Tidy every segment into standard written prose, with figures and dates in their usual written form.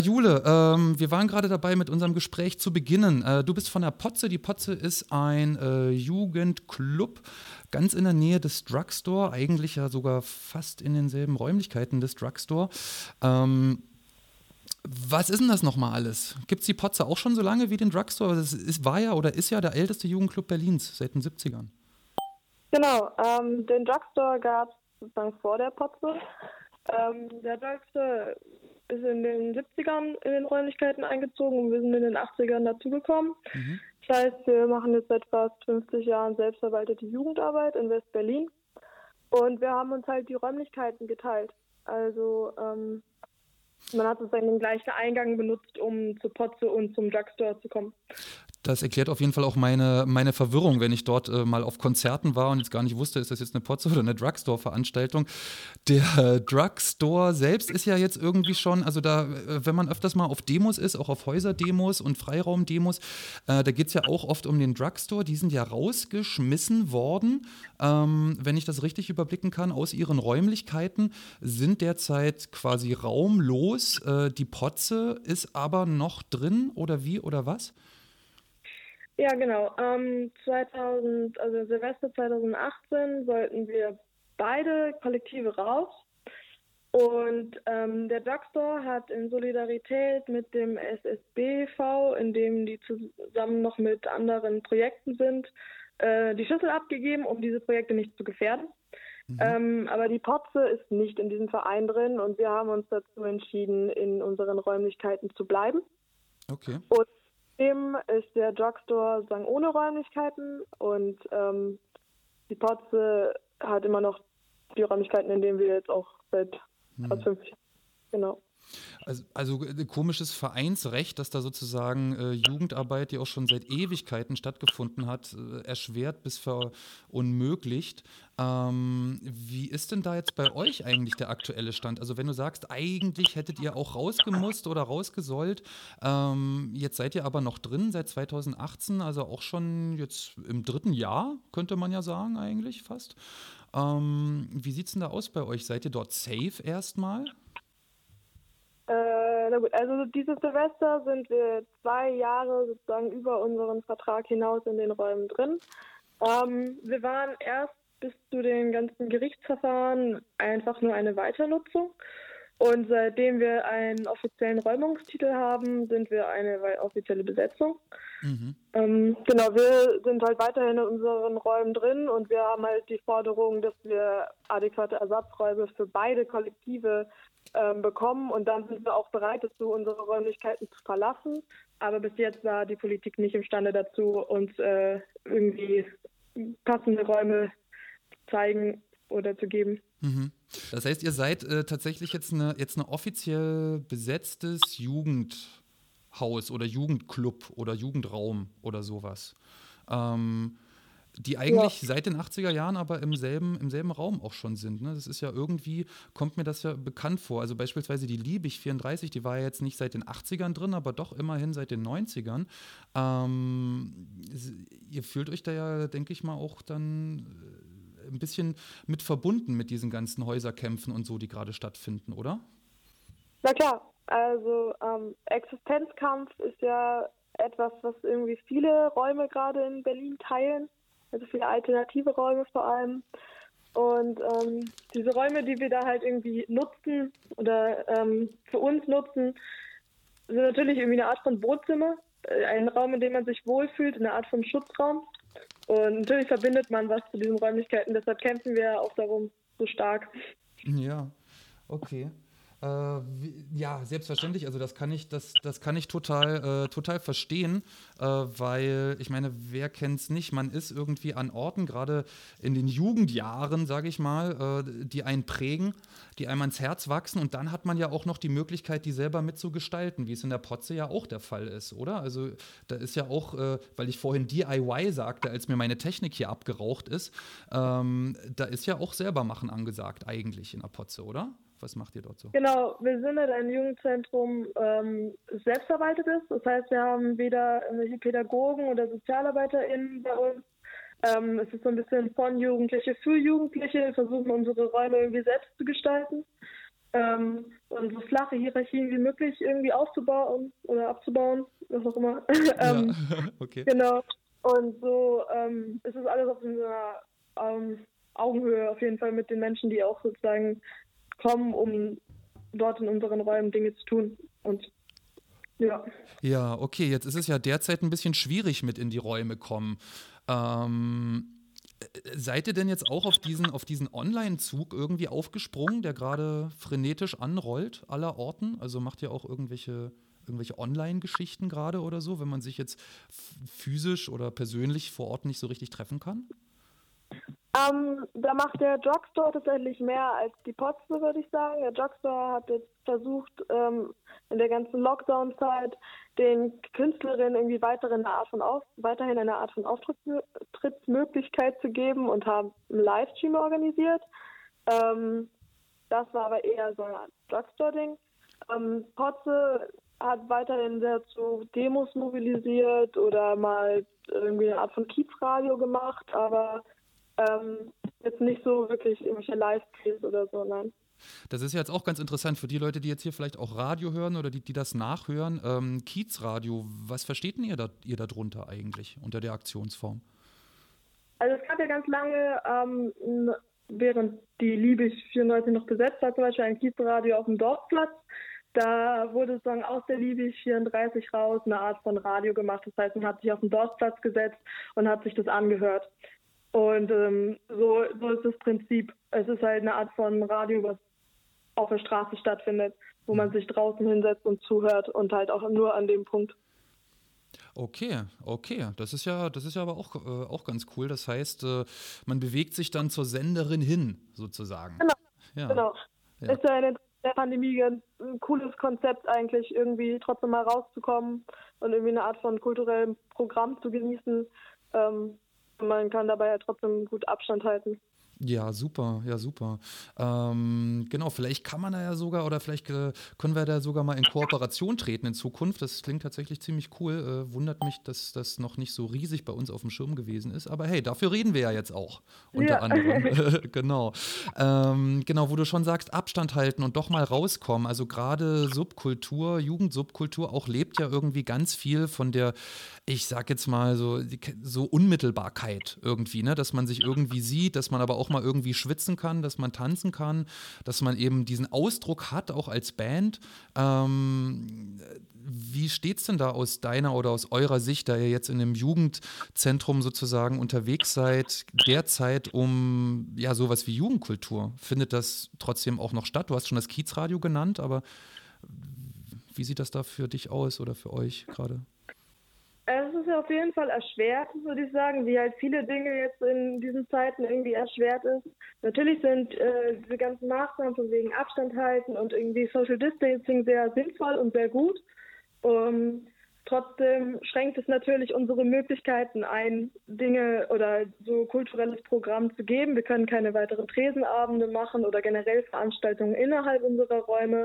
Jule, wir waren gerade dabei, mit unserem Gespräch zu beginnen. Du bist von der Potze. Die Potze ist ein Jugendclub ganz in der Nähe des Drugstore, eigentlich ja sogar fast in denselben Räumlichkeiten des Drugstore. Was ist denn das nochmal alles? Gibt es die Potze auch schon so lange wie den Drugstore? War ja oder ist ja der älteste Jugendclub Berlins seit den 70ern. Genau, den Drugstore gab es sozusagen vor der Potze. Der Drugstore ist in den 70ern in den Räumlichkeiten eingezogen und wir sind in den 80ern dazugekommen. Das heißt, wir machen jetzt seit fast 50 Jahren selbstverwaltete Jugendarbeit in West-Berlin und wir haben uns halt die Räumlichkeiten geteilt. Also man hat sozusagen den gleichen Eingang benutzt, um zur Potze und zum Drugstore zu kommen. Das erklärt auf jeden Fall auch meine Verwirrung, wenn ich dort mal auf Konzerten war und jetzt gar nicht wusste, ist das jetzt eine Potze oder eine Drugstore-Veranstaltung. Der Drugstore selbst ist ja jetzt irgendwie schon, also da, wenn man öfters mal auf Demos ist, auch auf Häuserdemos und Freiraumdemos, da geht es ja auch oft um den Drugstore. Die sind ja rausgeschmissen worden, wenn ich das richtig überblicken kann, aus ihren Räumlichkeiten, sind derzeit quasi raumlos. Die Potze ist aber noch drin oder wie oder was? Ja, genau. Also Silvester 2018 sollten wir beide Kollektive raus. Und der Drugstore hat in Solidarität mit dem SSBV, in dem die zusammen noch mit anderen Projekten sind, die Schlüssel abgegeben, um diese Projekte nicht zu gefährden. Aber die Potze ist nicht in diesem Verein drin und wir haben uns dazu entschieden, in unseren Räumlichkeiten zu bleiben. Okay. Und Außerdem ist der Drugstore sozusagen ohne Räumlichkeiten und die Potze hat immer noch die Räumlichkeiten, in denen wir jetzt auch seit fast 50 Jahren. Genau. Also komisches Vereinsrecht, das da sozusagen Jugendarbeit, die auch schon seit Ewigkeiten stattgefunden hat, erschwert bis verunmöglicht. Wie ist denn da jetzt bei euch eigentlich der aktuelle Stand? Also wenn du sagst, eigentlich hättet ihr auch rausgemusst oder rausgesollt, jetzt seid ihr aber noch drin seit 2018, also auch schon jetzt im 3. Jahr, könnte man ja sagen eigentlich fast. Wie sieht es denn da aus bei euch? Seid ihr dort safe erstmal? Na gut, also dieses Silvester sind wir 2 Jahre sozusagen über unseren Vertrag hinaus in den Räumen drin. Wir waren erst bis zu den ganzen Gerichtsverfahren einfach nur eine Weiternutzung. Und seitdem wir einen offiziellen Räumungstitel haben, sind wir eine offizielle Besetzung. Genau, wir sind halt weiterhin in unseren Räumen drin und wir haben halt die Forderung, dass wir adäquate Ersatzräume für beide Kollektive bekommen und dann sind wir auch bereit dazu, unsere Räumlichkeiten zu verlassen. Aber bis jetzt war die Politik nicht imstande dazu, uns irgendwie passende Räume zu zeigen oder zu geben. Das heißt, ihr seid tatsächlich jetzt eine offiziell besetztes Jugendhaus oder Jugendclub oder Jugendraum oder sowas. Die eigentlich seit den 80er Jahren aber im selben Raum auch schon sind. Ne? Das ist ja irgendwie, kommt mir das ja bekannt vor. Also beispielsweise die Liebig 34, die war ja jetzt nicht seit den 80ern drin, aber doch immerhin seit den 90ern. Ihr fühlt euch da ja, denke ich mal, auch dann ein bisschen mit verbunden mit diesen ganzen Häuserkämpfen und so, die gerade stattfinden, oder? Na klar, also Existenzkampf ist ja etwas, was irgendwie viele Räume gerade in Berlin teilen. Also viele alternative Räume vor allem. Und diese Räume, die wir da halt irgendwie nutzen oder für uns nutzen, sind natürlich irgendwie eine Art von Wohnzimmer. Ein Raum, in dem man sich wohlfühlt, eine Art von Schutzraum. Und natürlich verbindet man was zu diesen Räumlichkeiten. Deshalb kämpfen wir auch darum so stark. Ja, okay. Ja, selbstverständlich. Also das kann ich total verstehen, weil ich meine, wer kennt's nicht? Man ist irgendwie an Orten, gerade in den Jugendjahren, sage ich mal, die einen prägen, die einem ans Herz wachsen und dann hat man ja auch noch die Möglichkeit, die selber mitzugestalten, wie es in der Potze ja auch der Fall ist, oder? Also da ist ja auch, weil ich vorhin DIY sagte, als mir meine Technik hier abgeraucht ist, da ist ja auch selber machen angesagt eigentlich in der Potze, oder? Was macht ihr dort so? Genau, wir sind in einem Jugendzentrum selbstverwaltetes. Das heißt, wir haben weder irgendwelche Pädagogen oder SozialarbeiterInnen bei uns. Es ist so ein bisschen von Jugendliche für Jugendliche. Wir versuchen unsere Räume irgendwie selbst zu gestalten. und so flache Hierarchien wie möglich irgendwie aufzubauen oder abzubauen, was auch immer. Ja, okay. Genau. Und so ist es alles auf so einer Augenhöhe auf jeden Fall mit den Menschen, die auch sozusagen kommen, um dort in unseren Räumen Dinge zu tun. Und ja. Ja, okay, jetzt ist es ja derzeit ein bisschen schwierig mit in die Räume kommen. Ähm, Seid ihr denn jetzt auch auf diesen Online-Zug irgendwie aufgesprungen, der gerade frenetisch anrollt, aller Orten? Also macht ihr auch irgendwelche Online-Geschichten gerade oder so, wenn man sich jetzt physisch oder persönlich vor Ort nicht so richtig treffen kann? Da macht der Drugstore tatsächlich mehr als die Potze, würde ich sagen. Der Drugstore hat jetzt versucht, in der ganzen Lockdown-Zeit den Künstlerinnen irgendwie weiterhin eine Art von Auftrittsmöglichkeit zu geben und haben einen Livestream organisiert. Das war aber eher so ein Drugstore-Ding. Potze hat weiterhin sehr zu Demos mobilisiert oder mal irgendwie eine Art von Kiezradio gemacht, aber jetzt nicht so wirklich irgendwelche Livestreams oder so, nein. Das ist ja jetzt auch ganz interessant für die Leute, die jetzt hier vielleicht auch Radio hören oder die das nachhören. Kiezradio, was versteht denn ihr da drunter eigentlich unter der Aktionsform? Also es gab ja ganz lange, während die Liebig 94 noch besetzt war, zum Beispiel ein Kiezradio auf dem Dorfplatz. Da wurde sozusagen aus der Liebig 34 raus eine Art von Radio gemacht. Das heißt, man hat sich auf den Dorfplatz gesetzt und hat sich das angehört. Und so ist das Prinzip. Es ist halt eine Art von Radio, was auf der Straße stattfindet, wo man sich draußen hinsetzt und zuhört und halt auch nur an dem Punkt. Okay. Das ist ja aber auch ganz cool. Das heißt, man bewegt sich dann zur Senderin hin, sozusagen. Genau. Ja. Genau. Ja. Ist ja in der Pandemie ein cooles Konzept eigentlich, irgendwie trotzdem mal rauszukommen und irgendwie eine Art von kulturellem Programm zu genießen. Man kann dabei ja trotzdem gut Abstand halten. Ja, super, ja, super. Genau, vielleicht kann man da ja sogar, oder vielleicht können wir da sogar mal in Kooperation treten in Zukunft. Das klingt tatsächlich ziemlich cool. Wundert mich, dass das noch nicht so riesig bei uns auf dem Schirm gewesen ist. Aber hey, dafür reden wir ja jetzt auch, unter anderem. Genau. Genau, wo du schon sagst, Abstand halten und doch mal rauskommen. Also gerade Subkultur, Jugendsubkultur auch lebt ja irgendwie ganz viel von der, ich sag jetzt mal so Unmittelbarkeit irgendwie, ne? Dass man sich irgendwie sieht, dass man aber auch mal irgendwie schwitzen kann, dass man tanzen kann, dass man eben diesen Ausdruck hat, auch als Band. Wie steht's denn da aus deiner oder aus eurer Sicht, da ihr jetzt in einem Jugendzentrum sozusagen unterwegs seid, derzeit um ja sowas wie Jugendkultur? Findet das trotzdem auch noch statt? Du hast schon das Kiezradio genannt, aber wie sieht das da für dich aus oder für euch gerade? Es ist auf jeden Fall erschwert, würde ich sagen, wie halt viele Dinge jetzt in diesen Zeiten irgendwie erschwert ist. Natürlich sind diese ganzen Maßnahmen von wegen Abstand halten und irgendwie Social Distancing sehr sinnvoll und sehr gut. Trotzdem schränkt es natürlich unsere Möglichkeiten ein, Dinge oder so kulturelles Programm zu geben. Wir können keine weiteren Tresenabende machen oder generell Veranstaltungen innerhalb unserer Räume.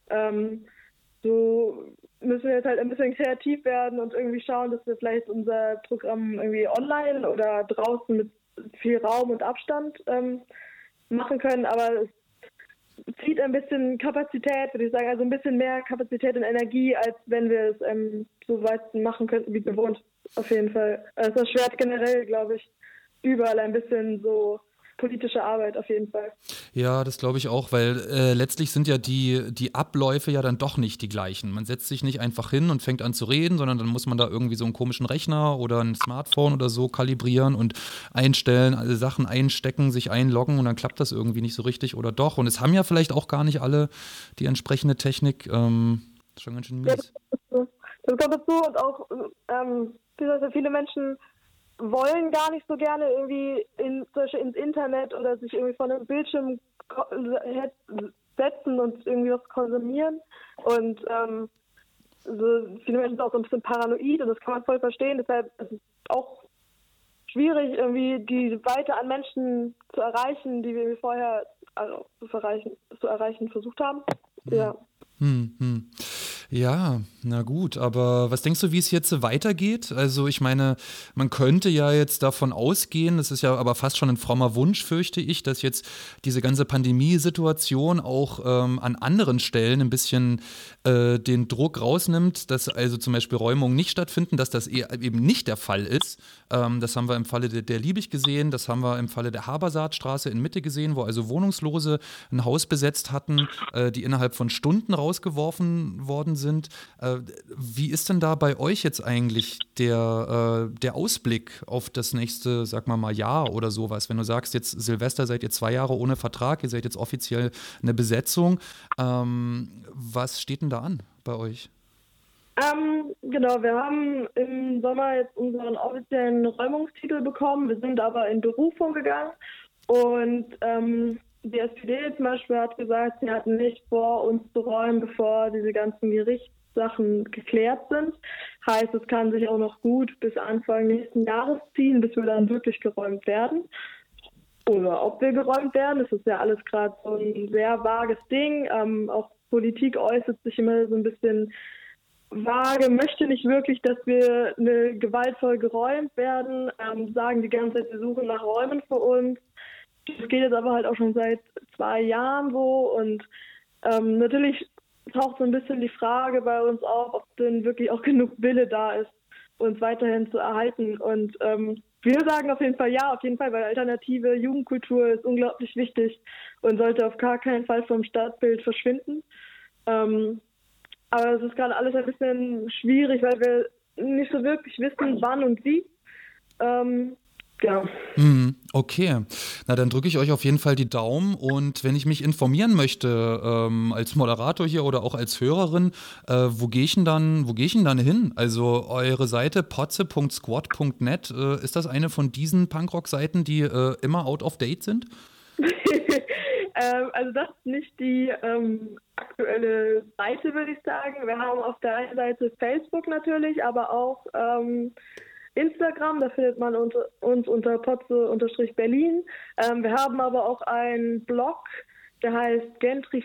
So müssen wir jetzt halt ein bisschen kreativ werden und irgendwie schauen, dass wir vielleicht unser Programm irgendwie online oder draußen mit viel Raum und Abstand machen können. Aber es zieht ein bisschen Kapazität, würde ich sagen, also ein bisschen mehr Kapazität und Energie, als wenn wir es so weit machen könnten wie gewohnt. Auf jeden Fall. Es erschwert generell, glaube ich, überall ein bisschen so politische Arbeit auf jeden Fall. Ja, das glaube ich auch, weil letztlich sind ja die Abläufe ja dann doch nicht die gleichen. Man setzt sich nicht einfach hin und fängt an zu reden, sondern dann muss man da irgendwie so einen komischen Rechner oder ein Smartphone oder so kalibrieren und einstellen, alle Sachen einstecken, sich einloggen und dann klappt das irgendwie nicht so richtig oder doch. Und es haben ja vielleicht auch gar nicht alle die entsprechende Technik. Schon ganz schön mies. Ja, das kommt dazu und auch viele Menschen wollen gar nicht so gerne irgendwie zum Beispiel ins Internet oder sich irgendwie vor einem Bildschirm setzen und irgendwie was konsumieren. Und so viele Menschen sind auch so ein bisschen paranoid und das kann man voll verstehen. Deshalb ist es auch schwierig, irgendwie die Weite an Menschen zu erreichen, die wir vorher zu erreichen versucht haben. Ja. Ja, na gut, aber was denkst du, wie es jetzt weitergeht? Also ich meine, man könnte ja jetzt davon ausgehen, das ist ja aber fast schon ein frommer Wunsch, fürchte ich, dass jetzt diese ganze Pandemiesituation auch an anderen Stellen ein bisschen den Druck rausnimmt, dass also zum Beispiel Räumungen nicht stattfinden, dass das eben nicht der Fall ist. Das haben wir im Falle der Liebig gesehen, das haben wir im Falle der Habersaatstraße in Mitte gesehen, wo also Wohnungslose ein Haus besetzt hatten, die innerhalb von Stunden rausgeworfen worden sind. Wie ist denn da bei euch jetzt eigentlich der Ausblick auf das nächste, sag mal Jahr oder sowas? Wenn du sagst, jetzt Silvester seid ihr 2 Jahre ohne Vertrag, ihr seid jetzt offiziell eine Besetzung. Was steht denn da an bei euch? Genau, wir haben im Sommer jetzt unseren offiziellen Räumungstitel bekommen. Wir sind aber in Berufung gegangen und die SPD zum Beispiel hat gesagt, sie hatten nicht vor, uns zu räumen, bevor diese ganzen Gerichtssachen geklärt sind. Heißt, es kann sich auch noch gut bis Anfang nächsten Jahres ziehen, bis wir dann wirklich geräumt werden. Oder ob wir geräumt werden, das ist ja alles gerade so ein sehr vages Ding. Auch Politik äußert sich immer so ein bisschen vage, möchte nicht wirklich, dass wir gewaltvoll geräumt werden, sagen die ganze Zeit, wir suchen nach Räumen für uns. Das geht jetzt aber halt auch schon seit 2 Jahren so und natürlich taucht so ein bisschen die Frage bei uns auf, ob denn wirklich auch genug Wille da ist, uns weiterhin zu erhalten. Und wir sagen auf jeden Fall ja, auf jeden Fall, weil alternative Jugendkultur ist unglaublich wichtig und sollte auf gar keinen Fall vom Stadtbild verschwinden. Aber es ist gerade alles ein bisschen schwierig, weil wir nicht so wirklich wissen, wann und wie. Ja. Okay, na dann drücke ich euch auf jeden Fall die Daumen und wenn ich mich informieren möchte, als Moderator hier oder auch als Hörerin, wo gehe ich denn dann hin? Also eure Seite potze.squad.net, ist das eine von diesen Punkrock-Seiten, die immer out of date sind? Also das ist nicht die aktuelle Seite, würde ich sagen. Wir haben auf der einen Seite Facebook natürlich, aber auch Instagram, da findet man uns unter potze-berlin. Wir haben aber auch einen Blog, der heißt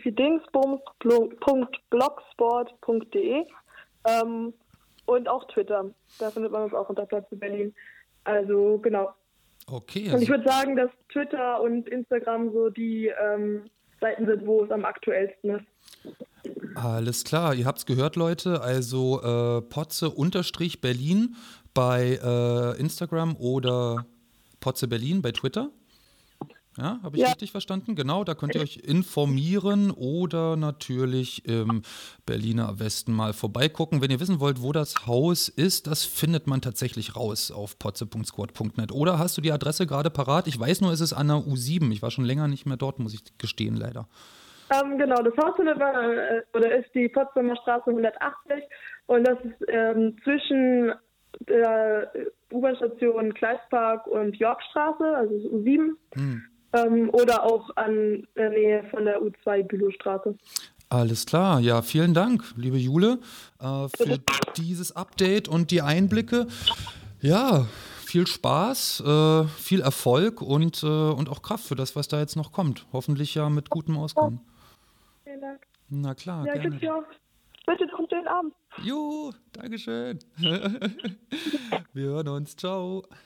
gentrifidingsbums.blogsport.de und auch Twitter, da findet man uns auch unter Potze Berlin. Also genau. Okay. Und ich würde sagen, dass Twitter und Instagram so die Seiten sind, wo es am aktuellsten ist. Alles klar, ihr habt's gehört, Leute. Also Potze-Berlin bei Instagram oder Potze Berlin bei Twitter. Ja, habe ich richtig verstanden? Genau, da könnt ihr euch informieren oder natürlich im Berliner Westen mal vorbeigucken. Wenn ihr wissen wollt, wo das Haus ist, das findet man tatsächlich raus auf potze.squad.net. Oder hast du die Adresse gerade parat? Ich weiß nur, es ist an der U7. Ich war schon länger nicht mehr dort, muss ich gestehen, leider. Genau, das Haus ist die Potsdamer Straße 180 und das ist zwischen der U-Bahn-Station Kleistpark und Yorkstraße, also U7. Oder auch an der Nähe von der U2 Bülowstraße. Alles klar, ja, vielen Dank, liebe Jule, für dieses Update und die Einblicke. Ja, viel Spaß, viel Erfolg und auch Kraft für das, was da jetzt noch kommt. Hoffentlich ja mit gutem Auskommen. Vielen Dank. Na klar, ja, gerne. Ja, bitte noch einen schönen Abend. Jo, Dankeschön. Wir hören uns, ciao.